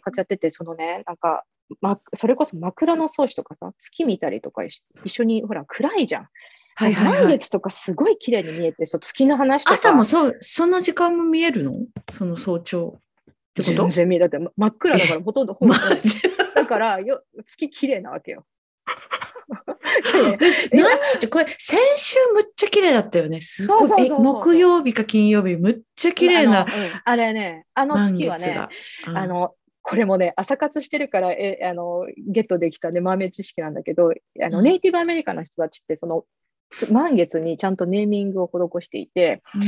買っちゃってて、そのね、なんか、それこそ枕草子とかさ、月見たりとか一緒に、ほら、暗いじゃん。 はいはいはい。 満月とかすごい綺麗に見えて、そう、月の話とか、 朝もその時間も見えるの？その早朝ってこと？ 全然見え、だって真っ暗だから、 え、 ほとんど、 マうん。 ジ？ だから、月綺麗なわけよ。いやいや、 何日、これ、先週むっちゃ綺麗だったよね。すっごい。 そうそうそうそう木そ曜日か金曜日、むっちゃう。 綺麗なあれね、あの満月はね、 月が。うん。 あの、これもね、朝活してるから、ゲットできたね、豆知識なんだけど、ネイティブアメリカの人たちって、その、満月にちゃんとネーミングを施していて、 うん。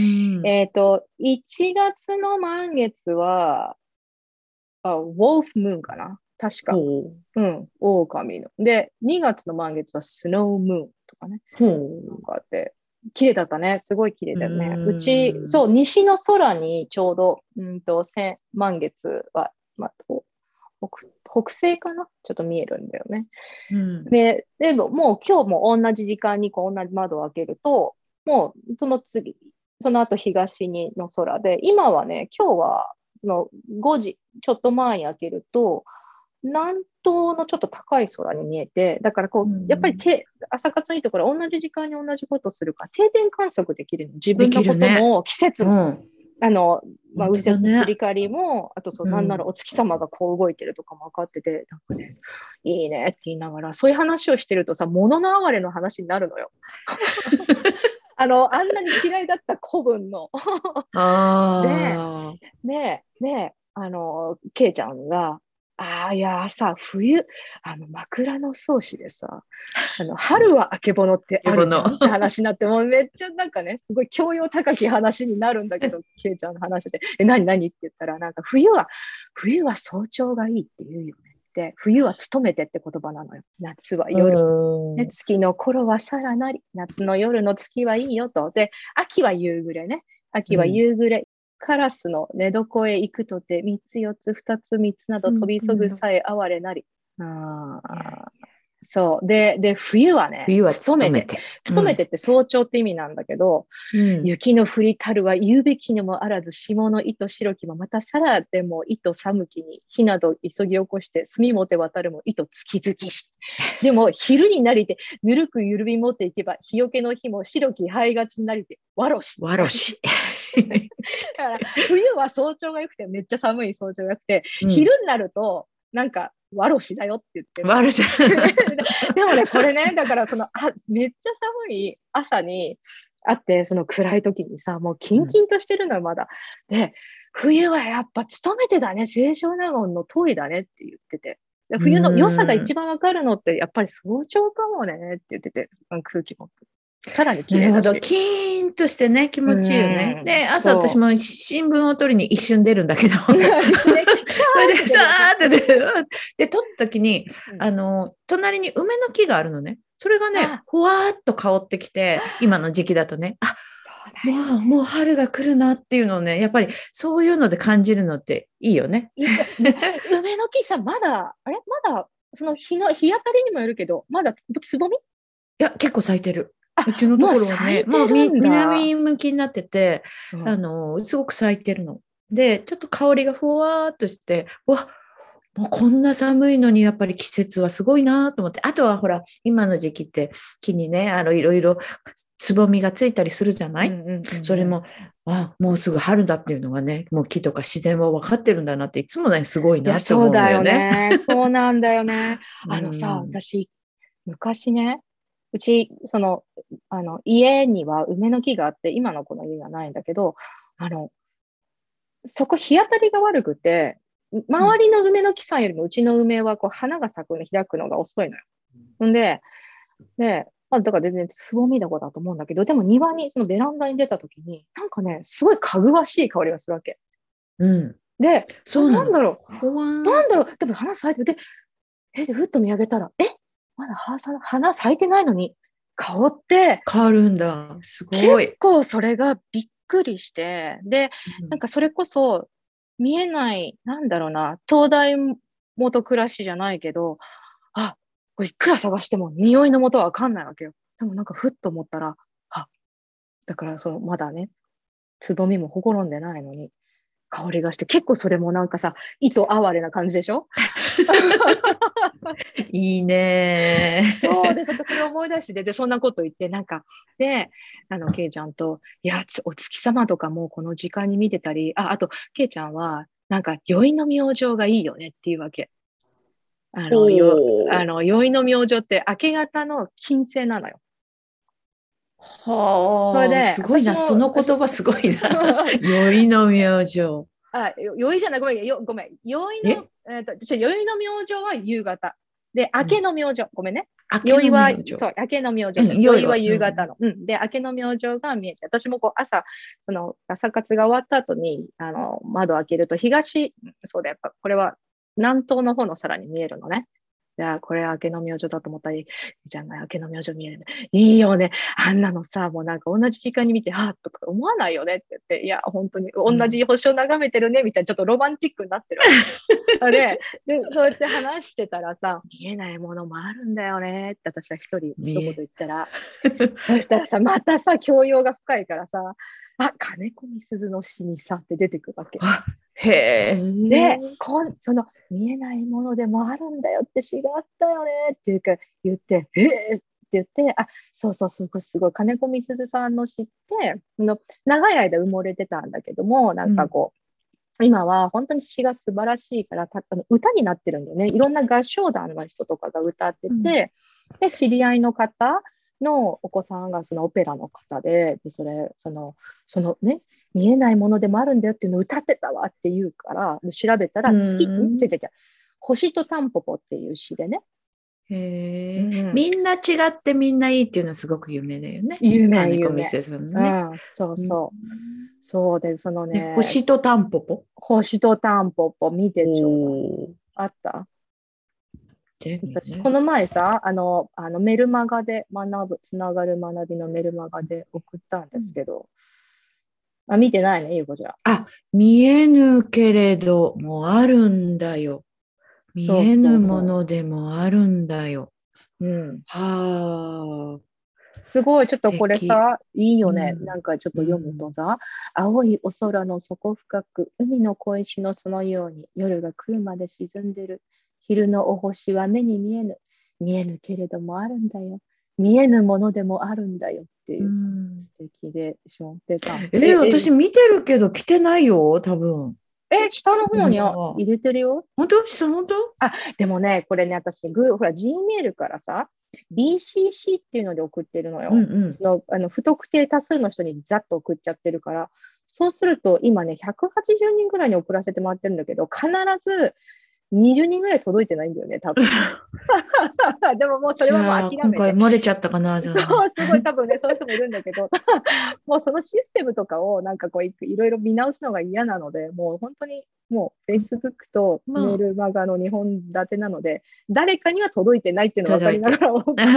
1月の満月は、ウォルフムーンかな確か。 ほう。 うん、狼の。で、2月の満月はスノームーンとかね。 ほなんかあって、綺麗だったね。すごい綺麗う。うだよね。うち、 ーん。 そう、西の空にちょうど、満月は、北西かなちょっと見えるんだよね。 うん。 でも、もう今日も同じ時間にこう同じ窓を開けると、もうその次、その後東にの空で、今はね、今日はその5時ちょっと前に開けると、南東のちょっと高い空に見えて、だからうこう、やっぱりん。 朝活いいところ、同じ時間に同じことするから、定点観測できるの。自で分のきるね。 ことも季節も。 うん。 あの、 本当移だね。 り変わりも、あとそう、なんならうん。 お月様がこう動いてるとかも分かってて、なんかね、いいねって言いながら、そういう話をしてるとさ、物の哀れの話になるのよ。あんなに嫌いだった古文の。で、 ああ。 ケイちゃんが、いや、さ、冬、枕草子でさ、春はあけぼのってあるじ英語の。 ゃんって話になって、もうめっちゃなんかね、すごい教養高き話になるんだけど、ケイちゃんの話してて、何って言ったら、なんか冬は早朝がいいって言うよねって、冬は勤めてって言葉なのよ。夏はう夜。ね、 ーん。 月の頃はさらなり、夏の夜の月はいいよと。で、秋は夕暮れね。秋はうん。 夕暮れ。カラスの寝床へ行くとて、三つ四つ二つ三つなど飛び急ぐさえ哀れなり。 いやいや、 そう。で、冬はね、 冬は勤めて。 勤めて。うん。 勤めてって早朝って意味なんだけど、 うん。 雪の降りたるは言うべきにもあらず、霜の糸白きも、またさらでも糸寒きに、火など急ぎ起こして、墨もて渡るも糸月々し。でも、昼になりて、ぬるく緩み持っていけば、日よけの日も白き灰がちになりて、わろしって書いてわろし。 だから、冬は早朝が良くて、めっちゃ寒い早朝が良くて、 うん。 昼になると、なんか、わろしだよって言ってるの。 わろし。 でもね、これね、だからめっちゃ寒い朝にあって、その暗い時にさ、もうキンキうん。 ンとしてるのよ、まだ。で、冬はやっぱ勤めてだね、清少納言の通りだねって言ってて。でう冬の良さがーん。 一番わかるのって、やっぱり早朝かもねって言ってて、空気も。さらに綺なるほど。 麗だし。 キーンとしてね、気う持ちいいよね。 ーん、 で、朝私そも新聞を取りに一瞬出るんだけど、 う。一緒ね、キャーそれでさって出るでしょ。 ーって出る。で、取った時に、 うん、 隣に梅の木があるのね。それがね、 あ、 ほわーっと香ってきて、今の時期だとね、 そうもう、 だよね。 もう春が来るなっていうのをね、やっぱりそういうので感じるのっていいよね。 いいよ。で、梅の木さ、まだ、あれまだ、その日当たりにもよるけど、まだつぼみいや、結構咲いてる。 あ、 うちのともうころはね、 咲いてるんだ。 南向きになってて、 うん。 すごく咲いてるの。で、ちょっと香りがふわーっとして、もうこんな寒いのにやっぱり季節はすごいなと思って、あとはほら、今の時期って木にね、いろいろつぼみがついたりするじゃない？ うんうんうんうん。 それも、もうすぐ春だっていうのがね、もう木とか自然は分かってるんだなって、いつもね、すごいいや、 なって思うんそうだよだよね。 ね。そうなんだよね。 うん。 私、昔ね、うち、家には梅の木があって、今のこの家にはないんだけど、あの、そこ日当たりが悪くて、 うん。 周りの梅の木さんよりもうちの梅はこう花が咲くの開くのが遅いのよ。んで、だから全然つぼみだこだと思うんだけど、でも庭に、そのベランダに出た時に、なんかね、すごいかぐわしい香りがするわけ。 うん。 で、 そうなの。ほわーっと。 でも花咲いてる。で、ふっと見上げたら、まだ花咲いてないのに、香って、 変わるんだ。す結ごい。 構それがびっくりして、で、 うん。 なんかそれこそ見えない、なんだろうな、灯台元暮らしじゃないけど、これいくら探しても匂いの元はわかんないわけよ。でもなんかふっと思ったら、あ、だからまだね、つぼみもほころんでないのに、 香りがして、結構それもなんかさ、糸哀れな感じでしょ？ いいね。 そうで、それを思い出して、で、そんなこと言って、なんか、で、ケイちゃんと、いや、お月様とかもこの時間に見てたり、あと、ケイちゃんは、なんか、宵の明星がいいよねっていうわけ。 おー。 宵の明星って明け方の金星なのよ。それはあ、 で、 すごいな。そ私も、 の言葉すごいな。宵の明星。 宵じゃない、ごめん、ごめん。宵の、 え宵の明星は夕方。で、明うん。 けの明星、ごめんね。 明けの宵は、 明星。 そう、明けの明星です。 うん、良いわ。 宵は夕うん。 方の。うん。で、明けの明星が見えて、私もこう朝、朝活が終わった後に、窓を開けると、そうだ、やっぱ、これは南東の方の空に見えるのね。じゃあ、これ明けの明星だと思ったり、じゃあ、明けの明星見えるね。いいよね。あんなのさ、もうなんか同じ時間に見て、はぁとか思わないよねって言って、いや、本当に同じ星を眺めてるね、みたいな、ちょっとロマンティックになってるわけ。そうやって話してたらさ、見えないものもあるんだよねって私は一言言ったら、そしたらさ、またさ、教養が深いからさ、金子みすずの詩にさって出てくるわけ。 あ、へで、 え。 その見えないものでもあるんだよって詩があったよねっていうか言って、って言って、そうそう、すごい、金子みすずさんの詩って、長い間埋もれてたんだけども、なんかうん。 こう、今は本当に詩が素晴らしいから、歌になってるんだよね。いろんな合唱団の人とかが歌ってうん。 て、で、知り合いの方のお子さんがそのオペラの方で、そのね、見えないものでもあるんだよっていうのを歌ってたわって言うから、調べたうら、違うん。 違う違う、星とタンポポっていう詩でね、うへえ。 ん、 みんな違ってみんないいっていうのはすごく有名だよね。 有名、 金子み有名。 すずさんのね。 うん、そううん。 そう。そうで、 ね、星とタンポポ。 星とタンポポ見てちょうだい。 おー。 あった？私、 でね。 この前さ、メルマガでつながる学びのメルマガで送ったんですうん。 けど、見てないね、ゆうこちゃん。 あ、見えぬけれどもあるんだよ。見そうえぬもそうそのでもあるんだよ。 う。うん。 はあ、 すごい、ちょっ素とこれ敵。 さ、いいよね。 うん。 なんかちょっうと読むとん。 さ、青いお空の底深く、海の小石のそのように、夜が来るまで沈んでる。昼のお星は目に見えぬ。見えぬけれどもあるんだよ。見えぬものでもあるんだよってういうさ、 ん。 素敵でしょ。でさ、 私見てるけど来てないよ、多分。 下の方に今は。 入れてるよ。 本当本当。 でもね、これね、私、ほら、Gmail からさ、BCC っていうので送ってるのよ。 うんうん。 不特定多数の人にざっと送っちゃってるから、そうすると、今ね、180人ぐらいに送らせてもらってるんだけど、必ず20人ぐらい届いてないんだよね、多分。でももうそれはもうじゃあ、今諦めて。 回漏れちゃったかな、じゃあ。 そう、すごい多分ね、そういう人もいるんだけど、もうそのシステムとかをなんかこういろいろ見直すのが嫌なので、もう本当にもう Facebook とメーまあ、 ルマガの2本立てなので、誰かには届いてないっていうのを分か届いて。 りながら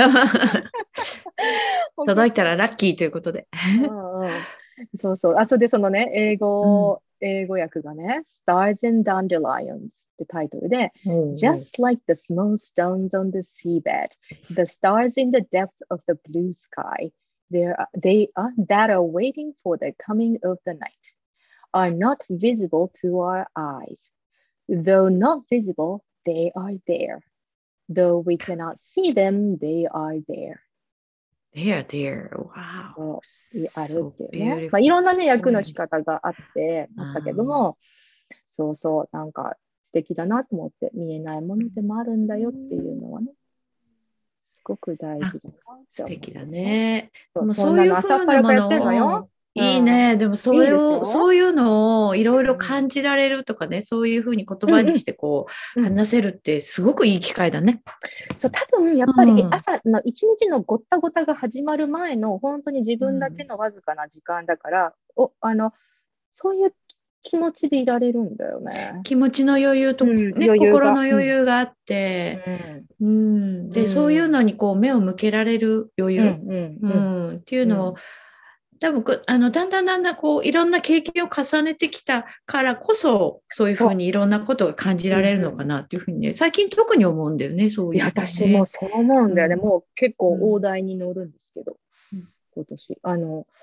送っ届いたてる。 らラッキーということで。 うんうん。そうそう。それでそのね、 うん。 英語訳がね、Stars and Dandelions ってタイトルで、 おうおう。 Just like the small stones on the seabed, the stars in the depth of the blue sky, they are that are waiting for the coming of the night, are not visible to our eyes. Though not visible, they are there. Though we cannot see them, they are there. There, there. Wow. あるっ So ていうね。い beautiful ろんなね、訳の仕 poems. 方があったけども、そうそう、なんか素敵だなと思って、見えないものでもあるんだよっていうのはね、すごく大あ、 事だなって素敵だ思いますね。 ね。でもそんなのそういうふうなも朝っぱらからやってんのよ。 のを、 うん。 いいね。でもいいでしょ？ そういうのをいろいろうん。 感じられるとかね、そういうふうに言うんうん葉にしてこううん。 話せるってすごくいい機会だね。 そう、多分やっうぱりん。 朝の一日のごったごたが始まる前の本当に自分だけうん。 のわずかな時間だから、そういう気持ちでいられるんだよね。 気持ちの余裕とうん、 ね、 余裕が。 心の余裕があって、 うん、 うん。 うで、そういうのん、 にこう目を向けられる余うん、 裕、 うん、 ううん、 ん、っていうのをうん。 多分だんだんこういろんな経験を重ねてきたからこそそういうふうそにいろんなことが感じう。うられるのかん。 なっていうふうにね最近特に思うんだよねそういや、 いうの私もね。 そう思うんだよね。 うんもう結構大うん台に乗るんですけど、 うん今年。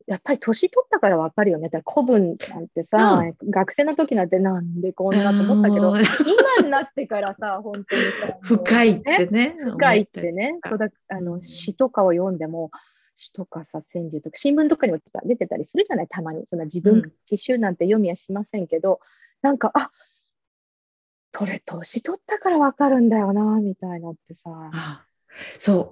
やっぱり年取ったからわかるよね。だから古文なんてさ、学生の時なんてなんでこんなと思ったけど、今になってからさ、本当にさ、 深いってね。 深いってね。そうだ、詩とかを読んでも、詩とかさ、川柳とか、新聞とかにも出てたりするじゃない、たまに。そんな自分自習なんて読みはしませんけど、なんか、年取ったからわかるんだよな、みたいなってさ。 そう、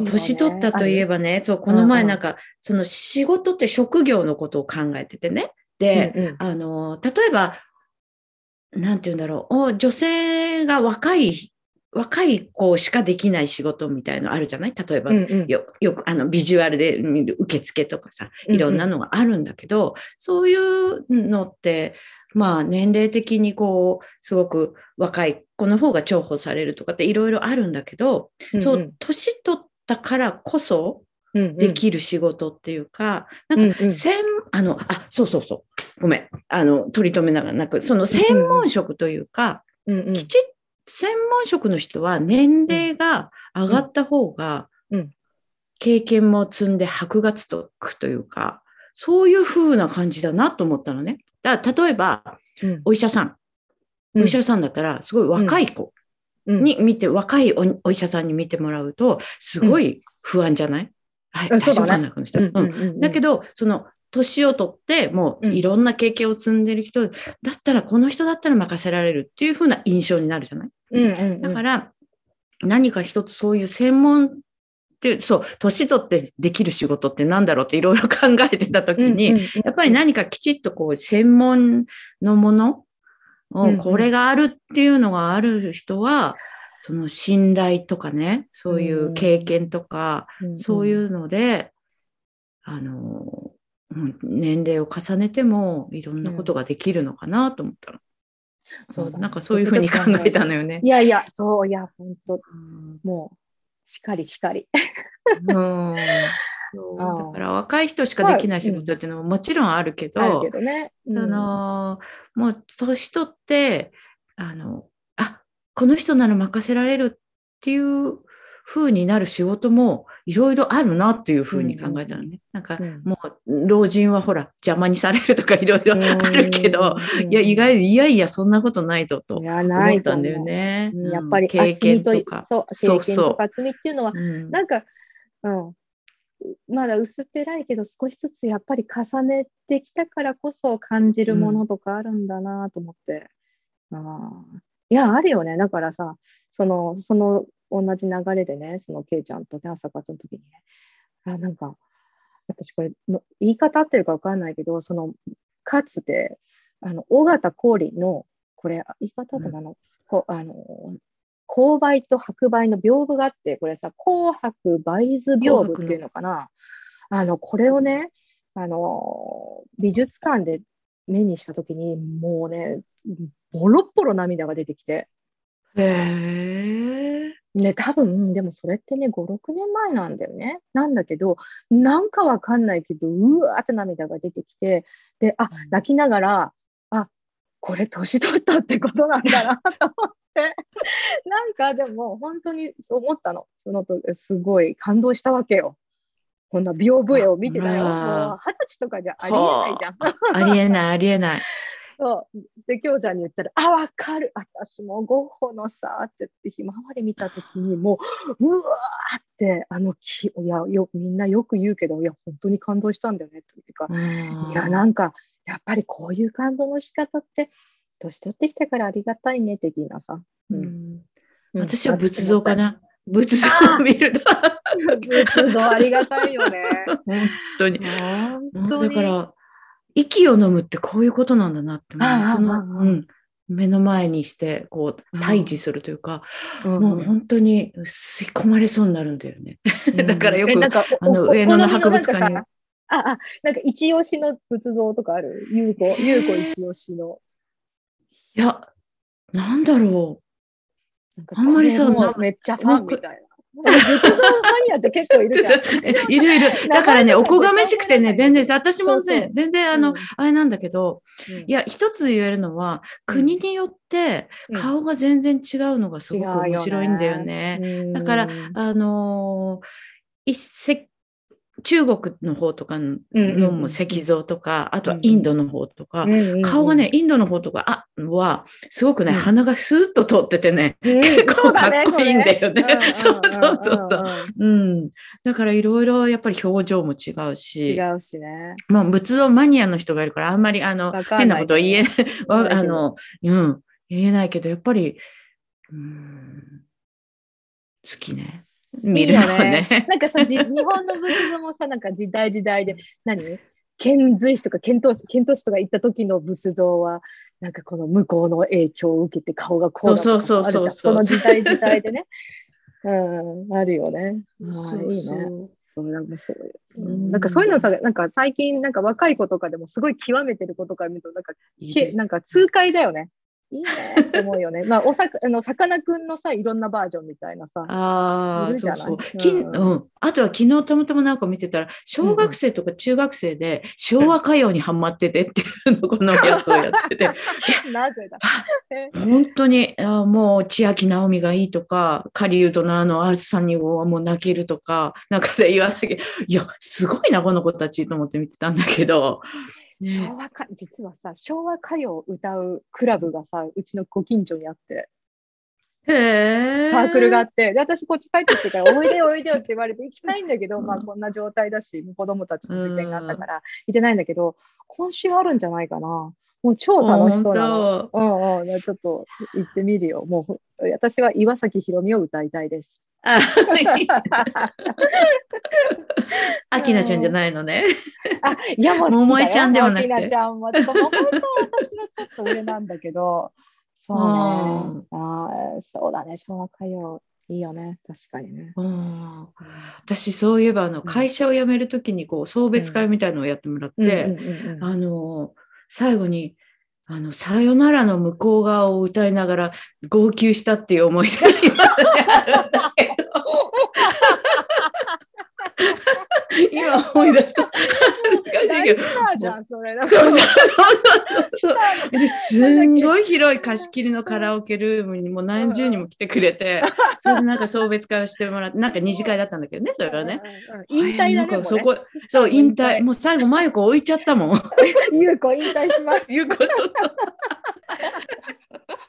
年取ったといえばね、そう、この前なんか、その仕事って職業のことを考えててね。で、例えば、なんて言うんだろう、女性が若い子しかできない仕事みたいのあるじゃない？例えば、よくビジュアルで見る受付とかさ、いろんなのがあるんだけど、そういうのって、まあ年齢的にすごく若い子の方が重宝されるとかっていろいろあるんだけど、そう、年取ったからこそできる仕事っていうか、なんかそう。ごめん。取り留めながらなく、その専門職というか、きちっ専門職の人は年齢が上がった方が、経験も積んで箔がつくというか、そういう風な感じだなと思ったのね。だから例えば、お医者さんだったら、すごい若い子に見て、若いお医者さんに見てもらうと、すごい不安じゃない？大丈夫かな、この人。だけど、その、年を取って、もういろんな経験を積んでる人だったら、この人だったら任せられるっていう風な印象になるじゃない？だから、何か一つそういう専門っていう、そう、年取ってできる仕事ってなんだろうっていろいろ考えてた時に、やっぱり何かきちっと専門のものを、これがあるっていうのがある人は、その信頼とかね、そういう経験とか、そういうので、年齢を重ねてもいろんなことができるのかなと思ったの。 そうだ、 なんかそういうふうに考えたのよね。 いや、本当、もう、しかり。 だから若い人しかできない仕事っていうのももちろんあるけど、もう年取って、この人なら任せられるっていう風になる仕事もいろいろあるなっていう風に考えたのね。なんかもう老人はほら邪魔にされるとかいろいろあるけど、いやそんなことないぞと思ったんだよね。 やっぱり経験とか。 経験とか厚みっていうのは、なんか、まだ薄っぺらいけど少しずつやっぱり重ねてきたからこそ感じるものとかあるんだなと思って。いや、あるよね。だからさ、その同じ流れでね、そのケイちゃんとね、朝活の時にね、なんか、私これの言い方合ってるか分かんないけど、かつて、尾形光琳の、これ、言い方って紅梅と白梅の屏風があって、これさ、紅白梅図屏風っていうのかな。これをね、美術館で目にしたときに、もうね、ボロッボロ涙が出てきて。ね、多分、でもそれってね、5、6年前なんだよね。なんだけど、なんかわかんないけど、うわーって涙が出てきて、で、泣きながら、これ年取ったってことなんだなと思って、なんかでも本当にそう思ったの。その時、すごい感動したわけよ。こんな屏風絵を見てたよ。もう20歳とかじゃありえないじゃん。 ありえない。 そう。で、きょうちゃんに言ったら、わかる。私もゴッホのさ、って言ってひまわり見たときに、もう、うわーって、みんなよく言うけど、いや、本当に感動したんだよね、っていうか、いや、なんか、やっぱりこういう感動の仕方って、年取ってきたからありがたいね、的なさ。 私は仏像かな。仏像を見ると。 仏像ありがたいよね。 本当に。だから、息を飲むってこういうことなんだなって、目の前にして対峙するというか、もう本当に吸い込まれそうになるんだよね。だからよく上野の博物館に。 なんか一押しの仏像とかある？優子一押しの。 いや、なんだろう。あんまりさ、 めっちゃファンみたいな。仏像マニアって結構いるじゃん。 いる。だからね、おこがましくてね、全然、私もね、全然あれなんだけど、いや、一つ言えるのは、国によって顔が全然違うのがすごく面白いんだよね。だから、 中国の方とかの石像とか、あとはインドの方とか、顔がね、インドの方とかは、すごくね、鼻がスーッと通っててね、結構かっこいいんだよね。そうそうそうそう。だからいろいろやっぱり表情も違うし。 違うしね。 もう仏像マニアの人がいるから、あんまり変なことは言えないけど、やっぱり、好きね。見るのね。 なんかさ、日本の仏像もさ、なんか時代で、遣隋使とか遣唐使とか行った時の仏像は、なんかこの向こうの影響を受けて顔がこうだとかあるじゃん。その時代でね。あるよね。いいね。なんかそういうのさ、なんか最近、なんか若い子とかでもすごい極めてる子とか見ると、なんか痛快だよね。いいねって思うよね。まあ、さかなクンのさ、いろんなバージョンみたいなさ。 そうそう。あとは昨日たまたまなんか見てたら、小学生とか中学生で昭和歌謡にハマっててっていうの、このやつをやってて。 なぜだ本当に、もう千秋直美がいいとか、狩人のあずさにはもう泣けるとか、なんかで言わなきゃ、いや、すごいな、この子たちと思って見てたんだけど。 実はさ、昭和歌謡を歌うクラブがさ、うちのご近所にあって、サークルがあって、で、私こっち帰ってきてから、おいでよって言われて行きたいんだけど、まあこんな状態だし、子供たちも受験があったから行ってないんだけど、今週あるんじゃないかな。もう超楽しそうなの。ちょっと行ってみるよ。もう、私は岩崎宏美を歌いたいです。 あきなちゃんじゃないのね。 いやもう桃江ちゃんではなくて。 あきなちゃんは、桃江ちゃんは私のちょっと上なんだけど、そうね。そうだね、昭和歌謡。いいよね、確かにね。 私、そういえば会社を辞めるときに送別会みたいなのをやってもらって、最後に、さよならの向こう側を歌いながら号泣したっていう思い出があるんだけど。今思い出した。 大スターじゃん、それ。 すんごい広い貸し切りのカラオケルームにも何十人も来てくれて、それでなんか送別会をしてもらって、なんか2次会だったんだけどね、それはね。 引退だね。 そう、引退。もう最後、真由子置いちゃったもん。 優子引退します。 優子、そう。